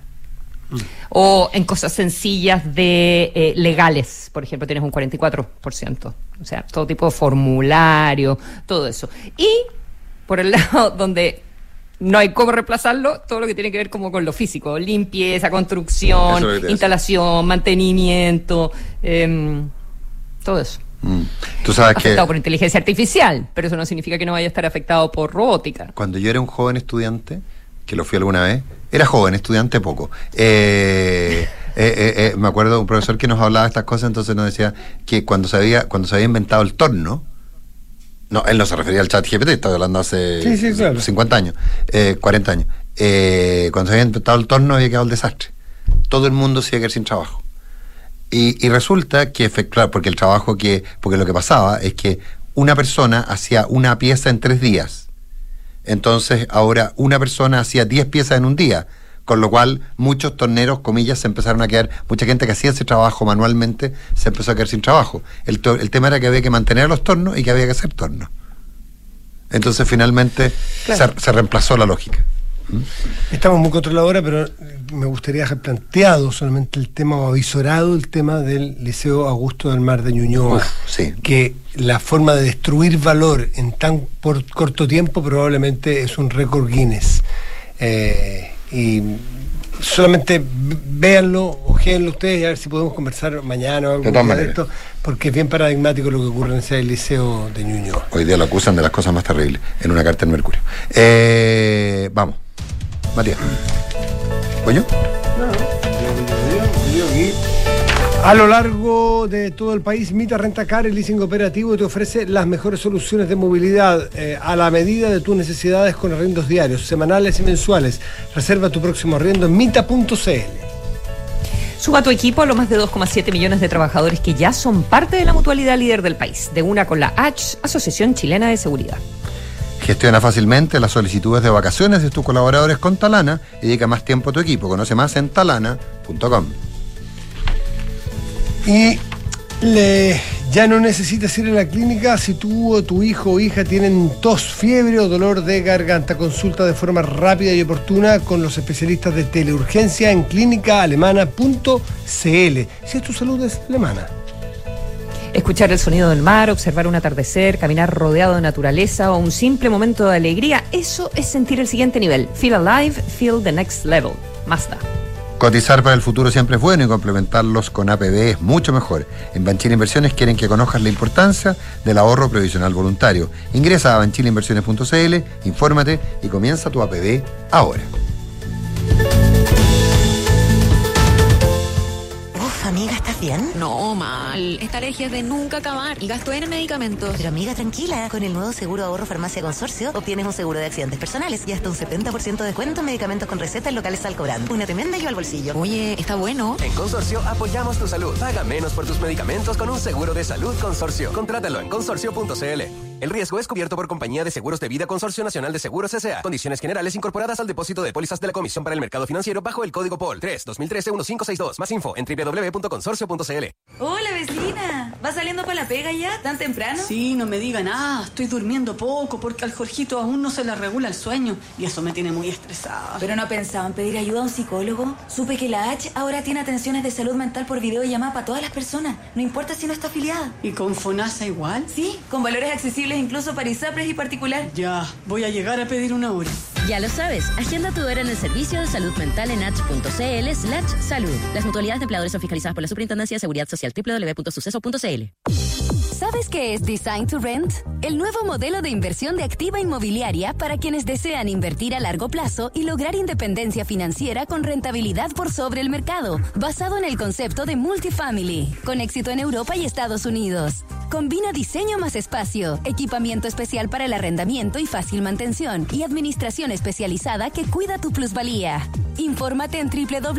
O en cosas sencillas de legales, por ejemplo, tienes un 44%. O sea, todo tipo de formulario, todo eso. Y por el lado donde no hay cómo reemplazarlo, todo lo que tiene que ver como con lo físico, limpieza, construcción, instalación, mantenimiento, todo eso. Tú sabes afectado por inteligencia artificial, pero eso no significa que no vaya a estar afectado por robótica. Cuando yo era un joven estudiante, que lo fui alguna vez, era joven, estudiante poco, me acuerdo de un profesor que nos hablaba de estas cosas, entonces nos decía que cuando se había inventado el torno, no, él no se refería al chat GPT, estaba hablando hace claro, 50 años, 40 años, cuando se había inventado el torno había quedado el desastre, todo el mundo se iba a quedar sin trabajo. Y resulta que, claro, porque lo que pasaba es que una persona hacía una pieza en 3 días. Entonces, ahora una persona hacía 10 piezas en un día. Con lo cual, muchos torneros, comillas, se empezaron a quedar, mucha gente que hacía ese trabajo manualmente, se empezó a quedar sin trabajo. El tema era que había que mantener los tornos y que había que hacer tornos. Entonces, finalmente, claro, se reemplazó la lógica. Estamos muy controlados ahora, pero me gustaría dejar planteado solamente el tema, o avisorado el tema del Liceo Augusto del Mar de Ñuñoa. Sí. Que la forma de destruir valor en tan corto tiempo probablemente es un récord Guinness. Y solamente véanlo, ojéenlo ustedes y a ver si podemos conversar mañana o algo de esto, porque es bien paradigmático lo que ocurre en ese Liceo de Ñuñoa. Hoy día lo acusan de las cosas más terribles en una carta en Mercurio. Vamos, Matías. ¿Voy yo? A lo largo de todo el país, Mita Rentacar, el leasing operativo, te ofrece las mejores soluciones de movilidad a la medida de tus necesidades, con arriendos diarios, semanales y mensuales. Reserva tu próximo arriendo en mita.cl. Suba tu equipo a los más de 2,7 millones de trabajadores que ya son parte de la mutualidad líder del país, de una con la ACH, Asociación Chilena de Seguridad. Gestiona fácilmente las solicitudes de vacaciones de tus colaboradores con Talana y dedica más tiempo a tu equipo. Conoce más en talana.com. Y ya no necesitas ir a la clínica si tú o tu hijo o hija tienen tos, fiebre o dolor de garganta. Consulta de forma rápida y oportuna con los especialistas de teleurgencia en clínicaalemana.cl. Si es tu salud, es alemana. Escuchar el sonido del mar, observar un atardecer, caminar rodeado de naturaleza o un simple momento de alegría, eso es sentir el siguiente nivel. Feel alive, feel the next level. Mazda. Cotizar para el futuro siempre es bueno y complementarlos con APB es mucho mejor. En Banchile Inversiones quieren que conozcas la importancia del ahorro previsional voluntario. Ingresa a banchileinversiones.cl, infórmate y comienza tu APB ahora. Amiga, ¿estás bien? No, mal. Esta alergia es de nunca acabar y gasto en medicamentos. Pero amiga, tranquila. Con el nuevo seguro ahorro farmacia Consorcio obtienes un seguro de accidentes personales y hasta un 70% de descuento en medicamentos con receta en locales Alcobrand. Una tremenda ayuda al bolsillo. Oye, está bueno. En Consorcio apoyamos tu salud. Paga menos por tus medicamentos con un seguro de salud Consorcio. Contrátalo en consorcio.cl. El riesgo es cubierto por Compañía de Seguros de Vida Consorcio Nacional de Seguros S.A. Condiciones generales incorporadas al depósito de pólizas de la Comisión para el Mercado Financiero bajo el código POL 3-2013-1562. Más info en www.consorcio.cl. Hola, vecina. ¿Vas saliendo para la pega ya? ¿Tan temprano? Sí, no me diga nada. Estoy durmiendo poco porque al Jorgito aún no se le regula el sueño y eso me tiene muy estresada. ¿Pero no pensaba en pedir ayuda a un psicólogo? Supe que la H ahora tiene atenciones de salud mental por videollamada para todas las personas. No importa si no está afiliada. ¿Y con FONASA igual? Sí, con valores accesibles incluso para ISAPRES y particular. Ya, voy a llegar a pedir una hora. Ya lo sabes, agenda tu hora en el servicio de salud mental en h.cl/salud. Las mutualidades de empleadores son fiscalizadas por la Superintendencia de Seguridad Social, www.suceso.cl. ¿Sabes qué es Design to Rent? El nuevo modelo de inversión de activa inmobiliaria para quienes desean invertir a largo plazo y lograr independencia financiera con rentabilidad por sobre el mercado, basado en el concepto de multifamily, con éxito en Europa y Estados Unidos. Combina diseño más espacio, equipamiento especial para el arrendamiento y fácil mantención, y administración especializada que cuida tu plusvalía. Infórmate en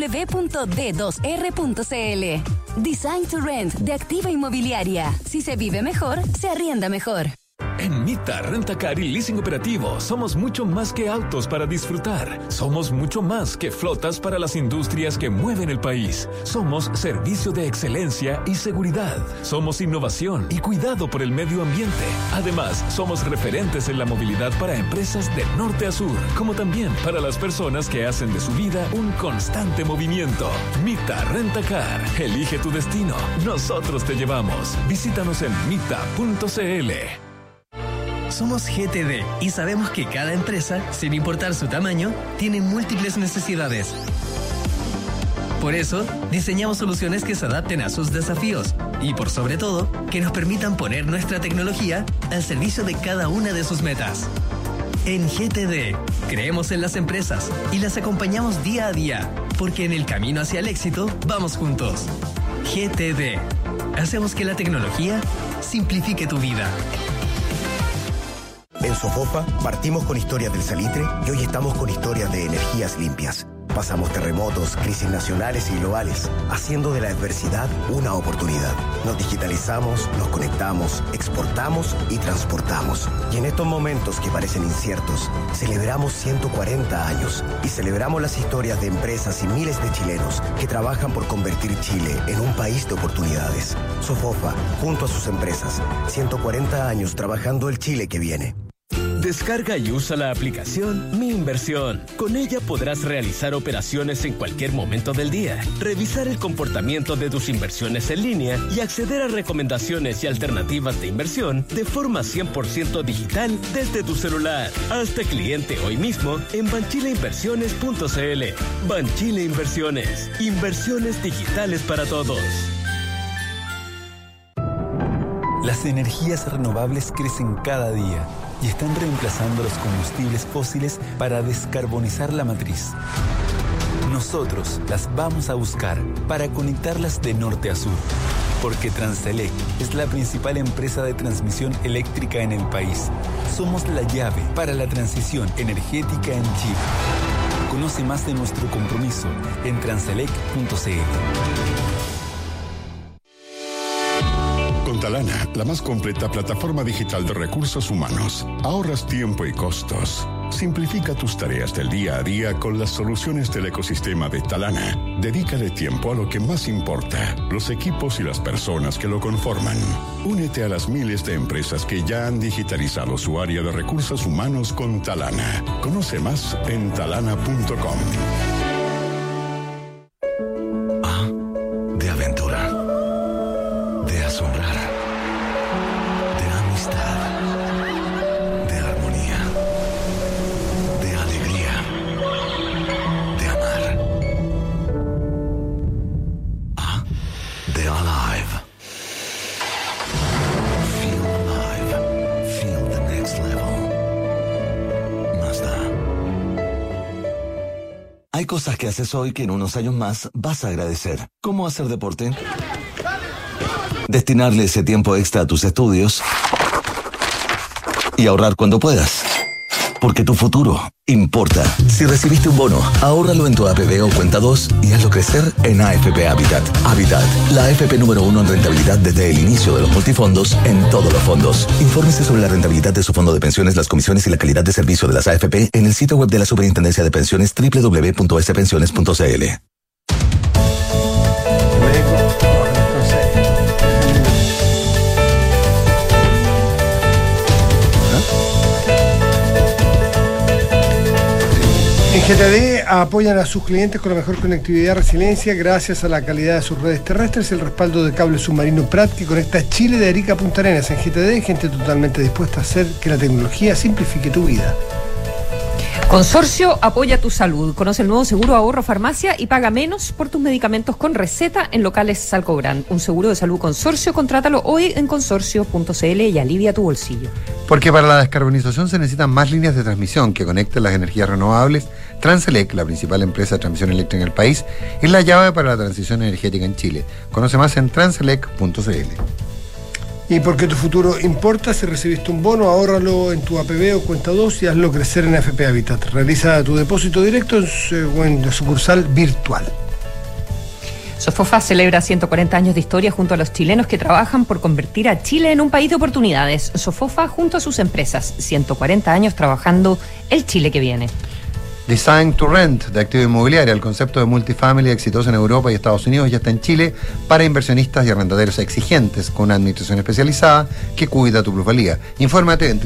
www.d2r.cl. Design to Rent de Activa Inmobiliaria. Si se vive mejor, se arrienda mejor. En Mita Rentacar y Leasing Operativo somos mucho más que autos para disfrutar. Somos mucho más que flotas para las industrias que mueven el país. Somos servicio de excelencia y seguridad. Somos innovación y cuidado por el medio ambiente. Además, somos referentes en la movilidad para empresas de norte a sur, como también para las personas que hacen de su vida un constante movimiento. Mita Rentacar. Elige tu destino. Nosotros te llevamos. Visítanos en mita.cl. Somos GTD y sabemos que cada empresa, sin importar su tamaño, tiene múltiples necesidades. Por eso, diseñamos soluciones que se adapten a sus desafíos y, por sobre todo, que nos permitan poner nuestra tecnología al servicio de cada una de sus metas. En GTD, creemos en las empresas y las acompañamos día a día, porque en el camino hacia el éxito vamos juntos. GTD. Hacemos que la tecnología simplifique tu vida. En Sofofa partimos con historias del salitre y hoy estamos con historias de energías limpias. Pasamos terremotos, crisis nacionales y globales, haciendo de la adversidad una oportunidad. Nos digitalizamos, nos conectamos, exportamos y transportamos. Y en estos momentos que parecen inciertos, celebramos 140 años y celebramos las historias de empresas y miles de chilenos que trabajan por convertir Chile en un país de oportunidades. Sofofa, junto a sus empresas, 140 años trabajando el Chile que viene. Descarga y usa la aplicación Mi Inversión. Con ella podrás realizar operaciones en cualquier momento del día, revisar el comportamiento de tus inversiones en línea y acceder a recomendaciones y alternativas de inversión de forma 100% digital desde tu celular. Hazte cliente hoy mismo en banchileinversiones.cl. Banchile Inversiones. Inversiones digitales para todos. Las energías renovables crecen cada día y están reemplazando los combustibles fósiles para descarbonizar la matriz. Nosotros las vamos a buscar para conectarlas de norte a sur, porque Transelec es la principal empresa de transmisión eléctrica en el país. Somos la llave para la transición energética en Chile. Conoce más de nuestro compromiso en transelec.cl. Con Talana, la más completa plataforma digital de recursos humanos, ahorras tiempo y costos. Simplifica tus tareas del día a día con las soluciones del ecosistema de Talana. Dedícale tiempo a lo que más importa, los equipos y las personas que lo conforman. Únete a las miles de empresas que ya han digitalizado su área de recursos humanos con Talana. Conoce más en talana.com. De aventura, de asombrar, Hay cosas que haces hoy que en unos años más vas a agradecer. ¿Cómo hacer deporte? Destinarle ese tiempo extra a tus estudios y ahorrar cuando puedas. Porque tu futuro importa. Si recibiste un bono, ahórralo en tu APB o cuenta 2 y hazlo crecer en AFP Habitat. Habitat, la AFP número 1 en rentabilidad desde el inicio de los multifondos en todos los fondos. Infórmese sobre la rentabilidad de su fondo de pensiones, las comisiones y la calidad de servicio de las AFP en el sitio web de la Superintendencia de Pensiones www.spensiones.cl. En GTD apoyan a sus clientes con la mejor conectividad y resiliencia gracias a la calidad de sus redes terrestres y el respaldo de cable submarino Prat que conecta Chile de Arica a Punta Arenas. En GTD, gente totalmente dispuesta a hacer que la tecnología simplifique tu vida. Consorcio apoya tu salud. Conoce el nuevo seguro ahorro farmacia y paga menos por tus medicamentos con receta en locales Salcobrand. Un seguro de salud Consorcio, contrátalo hoy en consorcio.cl y alivia tu bolsillo. Porque para la descarbonización se necesitan más líneas de transmisión que conecten las energías renovables. Transelec, la principal empresa de transmisión eléctrica en el país, es la llave para la transición energética en Chile. Conoce más en transelec.cl. Y porque tu futuro importa, si recibiste un bono, ahórralo en tu APB o cuenta 2 y hazlo crecer en AFP Habitat. Realiza tu depósito directo en sucursal virtual. Sofofa celebra 140 años de historia junto a los chilenos que trabajan por convertir a Chile en un país de oportunidades. Sofofa junto a sus empresas, 140 años trabajando el Chile que viene. Design to Rent, de activo inmobiliario, el concepto de multifamily exitoso en Europa y Estados Unidos ya está en Chile para inversionistas y arrendaderos exigentes con una administración especializada que cuida tu plusvalía. Infórmate en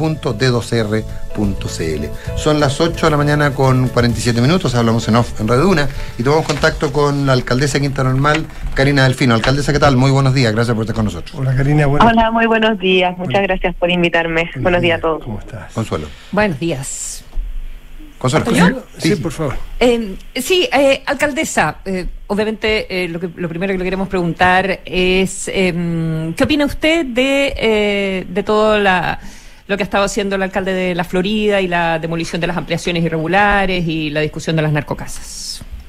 www.d2r.cl. Son las 8 de la mañana con 47 minutos, hablamos en off en Radio Duna y tomamos contacto con la alcaldesa de Quinta Normal, Karina Delfino. Alcaldesa, ¿qué tal? Muy buenos días, gracias por estar con nosotros. Hola Karina, Hola, muy buenos días, muchas gracias por invitarme. Buenos días a todos. ¿Cómo estás? Consuelo. Buenos días. Consuelo. Sí, por favor. Alcaldesa, obviamente lo primero que le queremos preguntar es ¿qué opina usted de todo lo que ha estado haciendo el alcalde de la Florida y la demolición de las ampliaciones irregulares y la discusión de las narcocasas?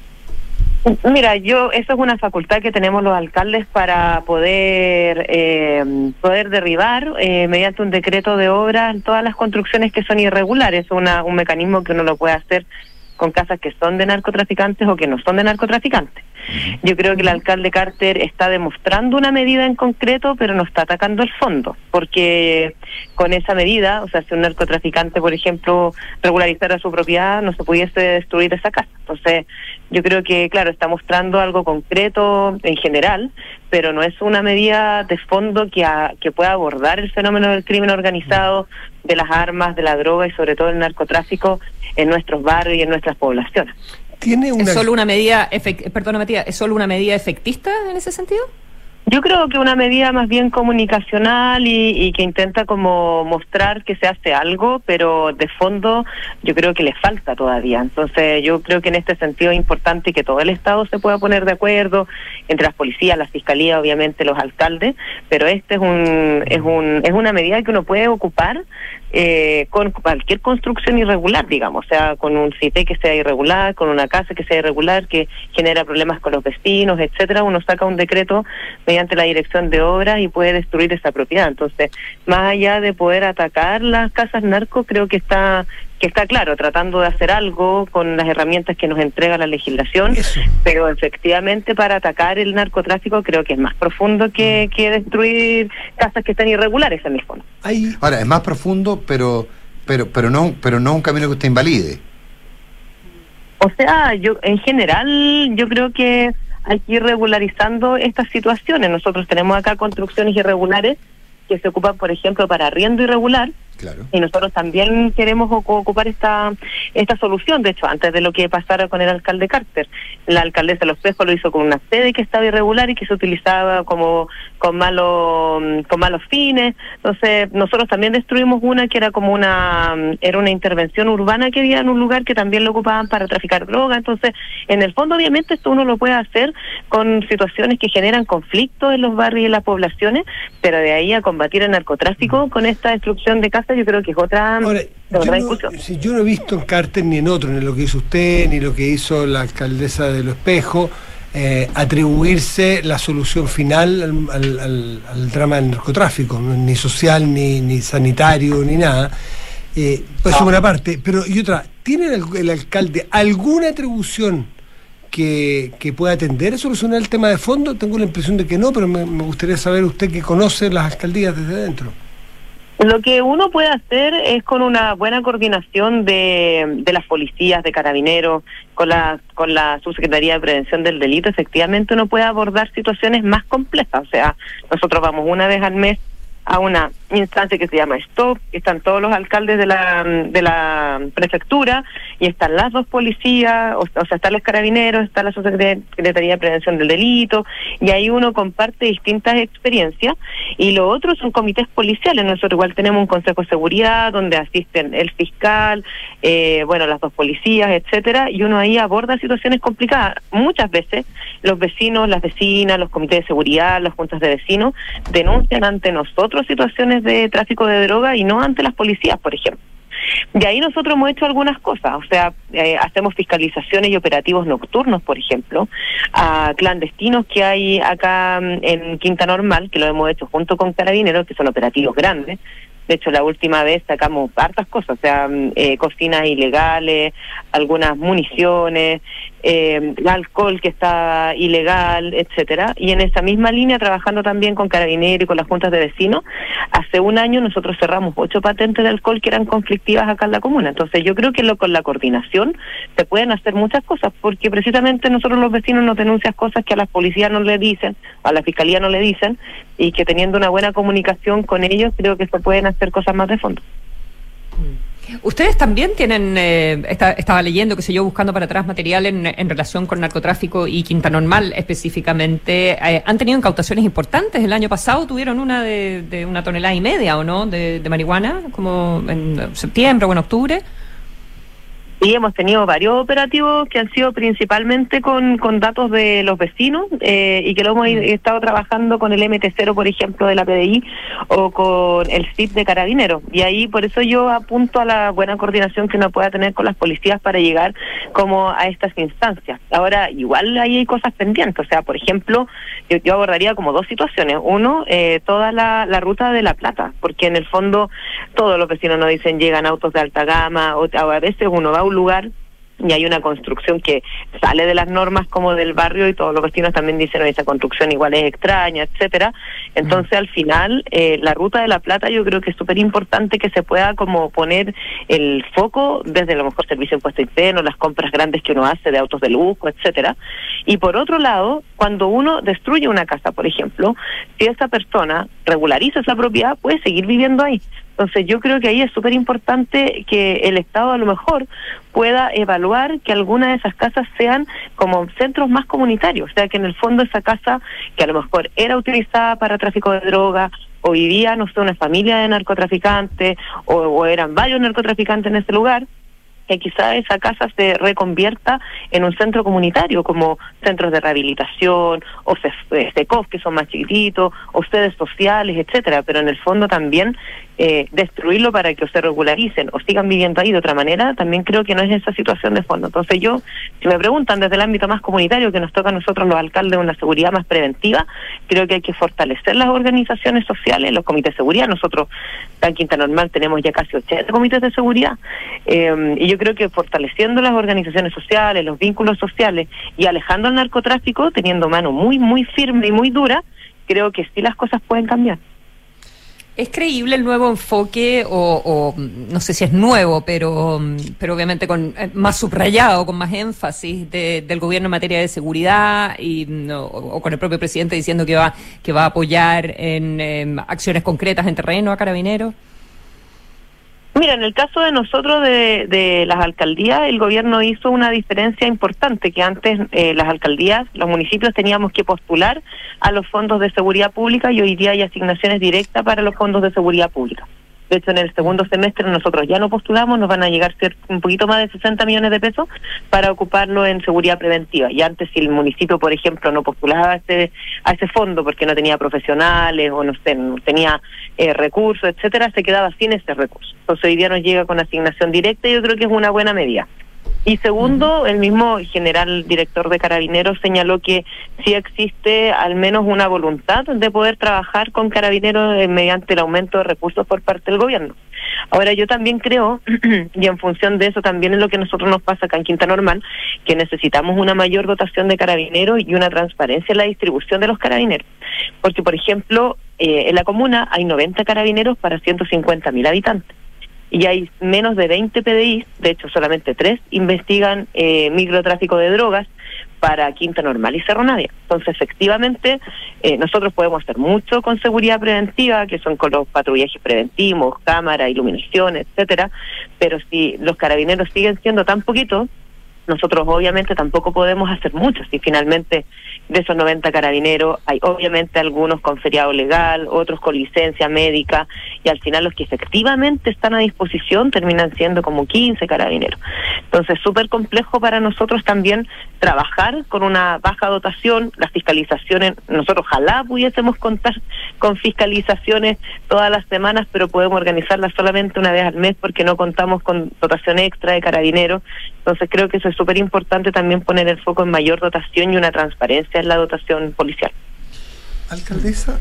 Mira, eso es una facultad que tenemos los alcaldes para poder derribar mediante un decreto de obra todas las construcciones que son irregulares. Un mecanismo que uno lo puede hacer con casas que son de narcotraficantes o que no son de narcotraficantes. Yo creo que el alcalde Carter está demostrando una medida en concreto, pero no está atacando el fondo, porque con esa medida, o sea, si un narcotraficante, por ejemplo, regularizara su propiedad, no se pudiese destruir esa casa. Entonces, yo creo que, claro, está mostrando algo concreto en general, pero no es una medida de fondo que pueda abordar el fenómeno del crimen organizado, de las armas, de la droga y sobre todo el narcotráfico en nuestros barrios y en nuestras poblaciones. ¿Es solo una medida, perdona Matías, es solo una medida efectista en ese sentido? Yo creo que una medida más bien comunicacional y que intenta como mostrar que se hace algo, pero de fondo yo creo que le falta todavía. Entonces yo creo que en este sentido es importante que todo el Estado se pueda poner de acuerdo, entre las policías, la fiscalía, obviamente los alcaldes, pero es una medida que uno puede ocupar con cualquier construcción irregular, digamos, o sea, con un CITE que sea irregular, con una casa que sea irregular, que genera problemas con los vecinos, etcétera. Uno saca un decreto mediante la dirección de obras y puede destruir esa propiedad. Entonces, más allá de poder atacar las casas narco, creo que está claro, tratando de hacer algo con las herramientas que nos entrega la legislación, pero efectivamente para atacar el narcotráfico creo que es más profundo que destruir casas que están irregulares en el fondo. Ahora, es más profundo, pero no un camino que usted invalide. O sea, en general yo creo que hay que ir regularizando estas situaciones. Nosotros tenemos acá construcciones irregulares que se ocupan, por ejemplo, para arriendo irregular. Claro. Y nosotros también queremos ocupar esta solución. De hecho, antes de lo que pasara con el alcalde Carter, la alcaldesa de Los Pejos lo hizo con una sede que estaba irregular y que se utilizaba como con malos fines. Entonces, nosotros también destruimos una que era era una intervención urbana que había en un lugar que también lo ocupaban para traficar droga. Entonces, en el fondo, obviamente, esto uno lo puede hacer con situaciones que generan conflictos en los barrios y en las poblaciones, pero de ahí a combatir el narcotráfico con esta destrucción de casas esa yo creo que es otra discusión. Yo no he visto en Carter ni en otro, ni lo que hizo usted, ni lo que hizo la alcaldesa de Los Espejos, atribuirse la solución final al drama del narcotráfico, ni social, ni sanitario, ni nada. Pues es una parte, pero y otra, ¿tiene el alcalde alguna atribución que pueda atender a solucionar el tema de fondo? Tengo la impresión de que no, pero me gustaría saber usted que conoce las alcaldías desde dentro. Lo que uno puede hacer es con una buena coordinación de las policías, de carabineros, con la Subsecretaría de Prevención del Delito, efectivamente uno puede abordar situaciones más complejas. O sea, nosotros vamos una vez al mes a una instancia que se llama STOP, están todos los alcaldes de la prefectura y están las dos policías, o sea, están los carabineros, está la Secretaría de Prevención del Delito, y ahí uno comparte distintas experiencias. Y lo otro son comités policiales. Nosotros igual tenemos un consejo de seguridad donde asisten el fiscal, las dos policías, etcétera, y uno ahí aborda situaciones complicadas. Muchas veces los vecinos, las vecinas, los comités de seguridad, las juntas de vecinos denuncian ante nosotros situaciones de tráfico de droga y no ante las policías, por ejemplo. De ahí nosotros hemos hecho algunas cosas, o sea, hacemos fiscalizaciones y operativos nocturnos, por ejemplo, a clandestinos que hay acá en Quinta Normal, que lo hemos hecho junto con Carabineros, que son operativos grandes. De hecho, la última vez sacamos hartas cosas, o sea, cocinas ilegales, algunas municiones, alcohol que está ilegal, etcétera. Y en esa misma línea, trabajando también con Carabineros y con las juntas de vecinos, hace un año nosotros cerramos 8 patentes de alcohol que eran conflictivas acá en la comuna. Entonces yo creo que con la coordinación se pueden hacer muchas cosas, porque precisamente nosotros los vecinos nos denuncian cosas que a las policías no le dicen, a la fiscalía no le dicen, y que teniendo una buena comunicación con ellos, creo que se pueden hacer cosas más de fondo. Ustedes también tienen, estaba leyendo, que sé yo, buscando para atrás material en relación con narcotráfico y Quinta Normal específicamente, han tenido incautaciones importantes. El año pasado tuvieron una de 1,5 toneladas, ¿o no?, de marihuana, como en septiembre o en octubre. Sí, hemos tenido varios operativos que han sido principalmente con datos de los vecinos y que lo hemos estado trabajando con el MT0, por ejemplo, de la PDI o con el CIP de Carabineros. Y ahí por eso yo apunto a la buena coordinación que uno pueda tener con las policías para llegar como a estas instancias. Ahora, igual ahí hay cosas pendientes. O sea, por ejemplo, yo abordaría como 2 situaciones. Uno, toda la ruta de La Plata, porque en el fondo todos los vecinos nos dicen llegan autos de alta gama o a veces uno va a un lugar y hay una construcción que sale de las normas como del barrio y todos los vecinos también dicen, esa construcción igual es extraña, etcétera. Entonces al final la ruta de La Plata yo creo que es súper importante que se pueda como poner el foco desde a lo mejor servicio de impuesto interno, las compras grandes que uno hace de autos de lujo, etcétera. Y por otro lado, cuando uno destruye una casa, por ejemplo, si esa persona regulariza esa propiedad, puede seguir viviendo ahí. Entonces yo creo que ahí es súper importante que el Estado a lo mejor pueda evaluar que algunas de esas casas sean como centros más comunitarios, o sea que en el fondo esa casa que a lo mejor era utilizada para tráfico de droga o vivía, no sé, una familia de narcotraficantes o eran varios narcotraficantes en ese lugar, que quizá esa casa se reconvierta en un centro comunitario, como centros de rehabilitación, o SECOF, que son más chiquititos, o sedes sociales, etcétera, pero en el fondo también destruirlo para que o se regularicen o sigan viviendo ahí de otra manera, también creo que no es esa situación de fondo. Entonces yo, si me preguntan desde el ámbito más comunitario, que nos toca a nosotros los alcaldes una seguridad más preventiva, creo que hay que fortalecer las organizaciones sociales, los comités de seguridad. Nosotros en Quinta Normal tenemos ya casi 80 comités de seguridad, y yo creo que fortaleciendo las organizaciones sociales, los vínculos sociales y alejando el narcotráfico, teniendo mano muy, muy firme y muy dura, creo que sí las cosas pueden cambiar. ¿Es creíble el nuevo enfoque, o no sé si es nuevo, pero obviamente con más subrayado, con más énfasis del gobierno en materia de seguridad o con el propio presidente diciendo que va a apoyar en acciones concretas en terreno a Carabineros? Mira, en el caso de nosotros de las alcaldías, el gobierno hizo una diferencia importante, que antes las alcaldías, los municipios teníamos que postular a los fondos de seguridad pública y hoy día hay asignaciones directas para los fondos de seguridad pública. De hecho, en el segundo semestre nosotros ya no postulamos, nos van a llegar un poquito más de 60 millones de pesos para ocuparlo en seguridad preventiva. Y antes, si el municipio, por ejemplo, no postulaba a ese fondo porque no tenía profesionales o no tenía recursos, etcétera, se quedaba sin ese recurso. Entonces hoy día nos llega con asignación directa y yo creo que es una buena medida. Y segundo, el mismo general director de Carabineros señaló que sí existe al menos una voluntad de poder trabajar con Carabineros mediante el aumento de recursos por parte del gobierno. Ahora, yo también creo, y en función de eso también es lo que a nosotros nos pasa acá en Quinta Normal, que necesitamos una mayor dotación de Carabineros y una transparencia en la distribución de los Carabineros. Porque, por ejemplo, en la comuna hay 90 Carabineros para 150.000 habitantes. Y hay menos de 20 PDIs, de hecho solamente 3, investigan microtráfico de drogas para Quinta Normal y Cerro Navia. Entonces, efectivamente, nosotros podemos hacer mucho con seguridad preventiva, que son con los patrullajes preventivos, cámara, iluminación, etcétera, pero si los Carabineros siguen siendo tan poquitos, nosotros obviamente tampoco podemos hacer mucho. Si finalmente de esos 90 Carabineros hay obviamente algunos con feriado legal, otros con licencia médica, y al final los que efectivamente están a disposición terminan siendo como 15 Carabineros. Entonces, súper complejo para nosotros también trabajar con una baja dotación. Las fiscalizaciones, nosotros ojalá pudiésemos contar con fiscalizaciones todas las semanas, pero podemos organizarlas solamente una vez al mes porque no contamos con dotación extra de Carabineros. Entonces creo que eso es súper importante, también poner el foco en mayor dotación y una transparencia en la dotación policial. Alcaldesa,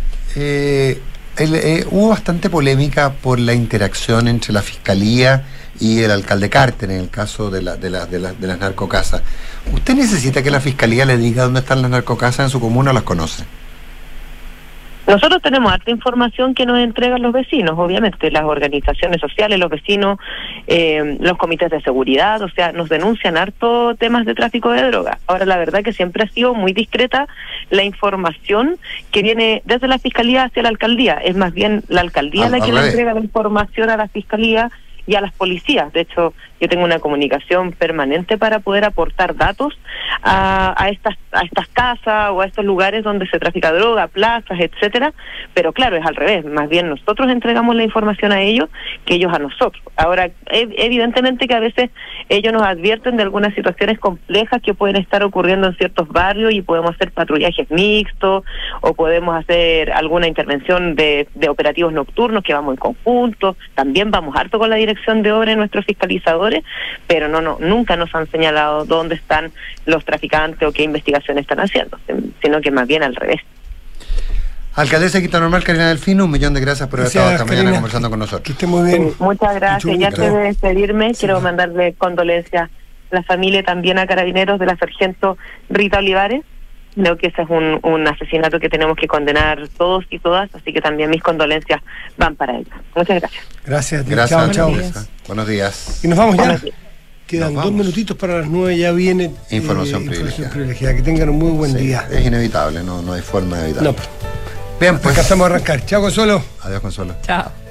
hubo bastante polémica por la interacción entre la Fiscalía y el alcalde Carter en el caso de las narcocasas. ¿Usted necesita que la Fiscalía le diga dónde están las narcocasas en su comuna o las conoce? Nosotros tenemos harta información que nos entregan los vecinos, obviamente, las organizaciones sociales, los vecinos, los comités de seguridad, o sea, nos denuncian harto temas de tráfico de droga. Ahora, la verdad que siempre ha sido muy discreta la información que viene desde la Fiscalía hacia la Alcaldía. Es más bien la Alcaldía la que le entrega la información a la Fiscalía y a las policías. De hecho, yo tengo una comunicación permanente para poder aportar datos a estas casas o a estos lugares donde se trafica droga, plazas, etcétera, pero claro, es al revés, más bien nosotros entregamos la información a ellos que ellos a nosotros. Ahora, evidentemente que a veces ellos nos advierten de algunas situaciones complejas que pueden estar ocurriendo en ciertos barrios y podemos hacer patrullajes mixtos o podemos hacer alguna intervención de operativos nocturnos que vamos en conjunto, también vamos harto con la dirección de obra en nuestros fiscalizadores, pero nunca nos han señalado dónde están los traficantes o qué investigación están haciendo, sino que más bien al revés. Alcaldesa de Quinta Normal, Karina Delfino, un millón de gracias por haber estado esta mañana conversando con nosotros. Que esté muy bien. Muchas gracias. Ya antes de despedirme, quiero mandarle condolencias a la familia, también a Carabineros, de la sargento Rita Olivares. Creo que ese es un asesinato que tenemos que condenar todos y todas, así que también mis condolencias van para ella. Muchas gracias. Gracias. Gracias. Chao. Buenos días. Y nos vamos ya. Quedan 2 minutitos para las 9, ya viene información privilegiada. Que tengan un muy buen día. Es inevitable, no hay forma de evitarlo. Bien, pues alcanzamos a arrancar. Chao, Consuelo. Adiós, Consuelo. Chao.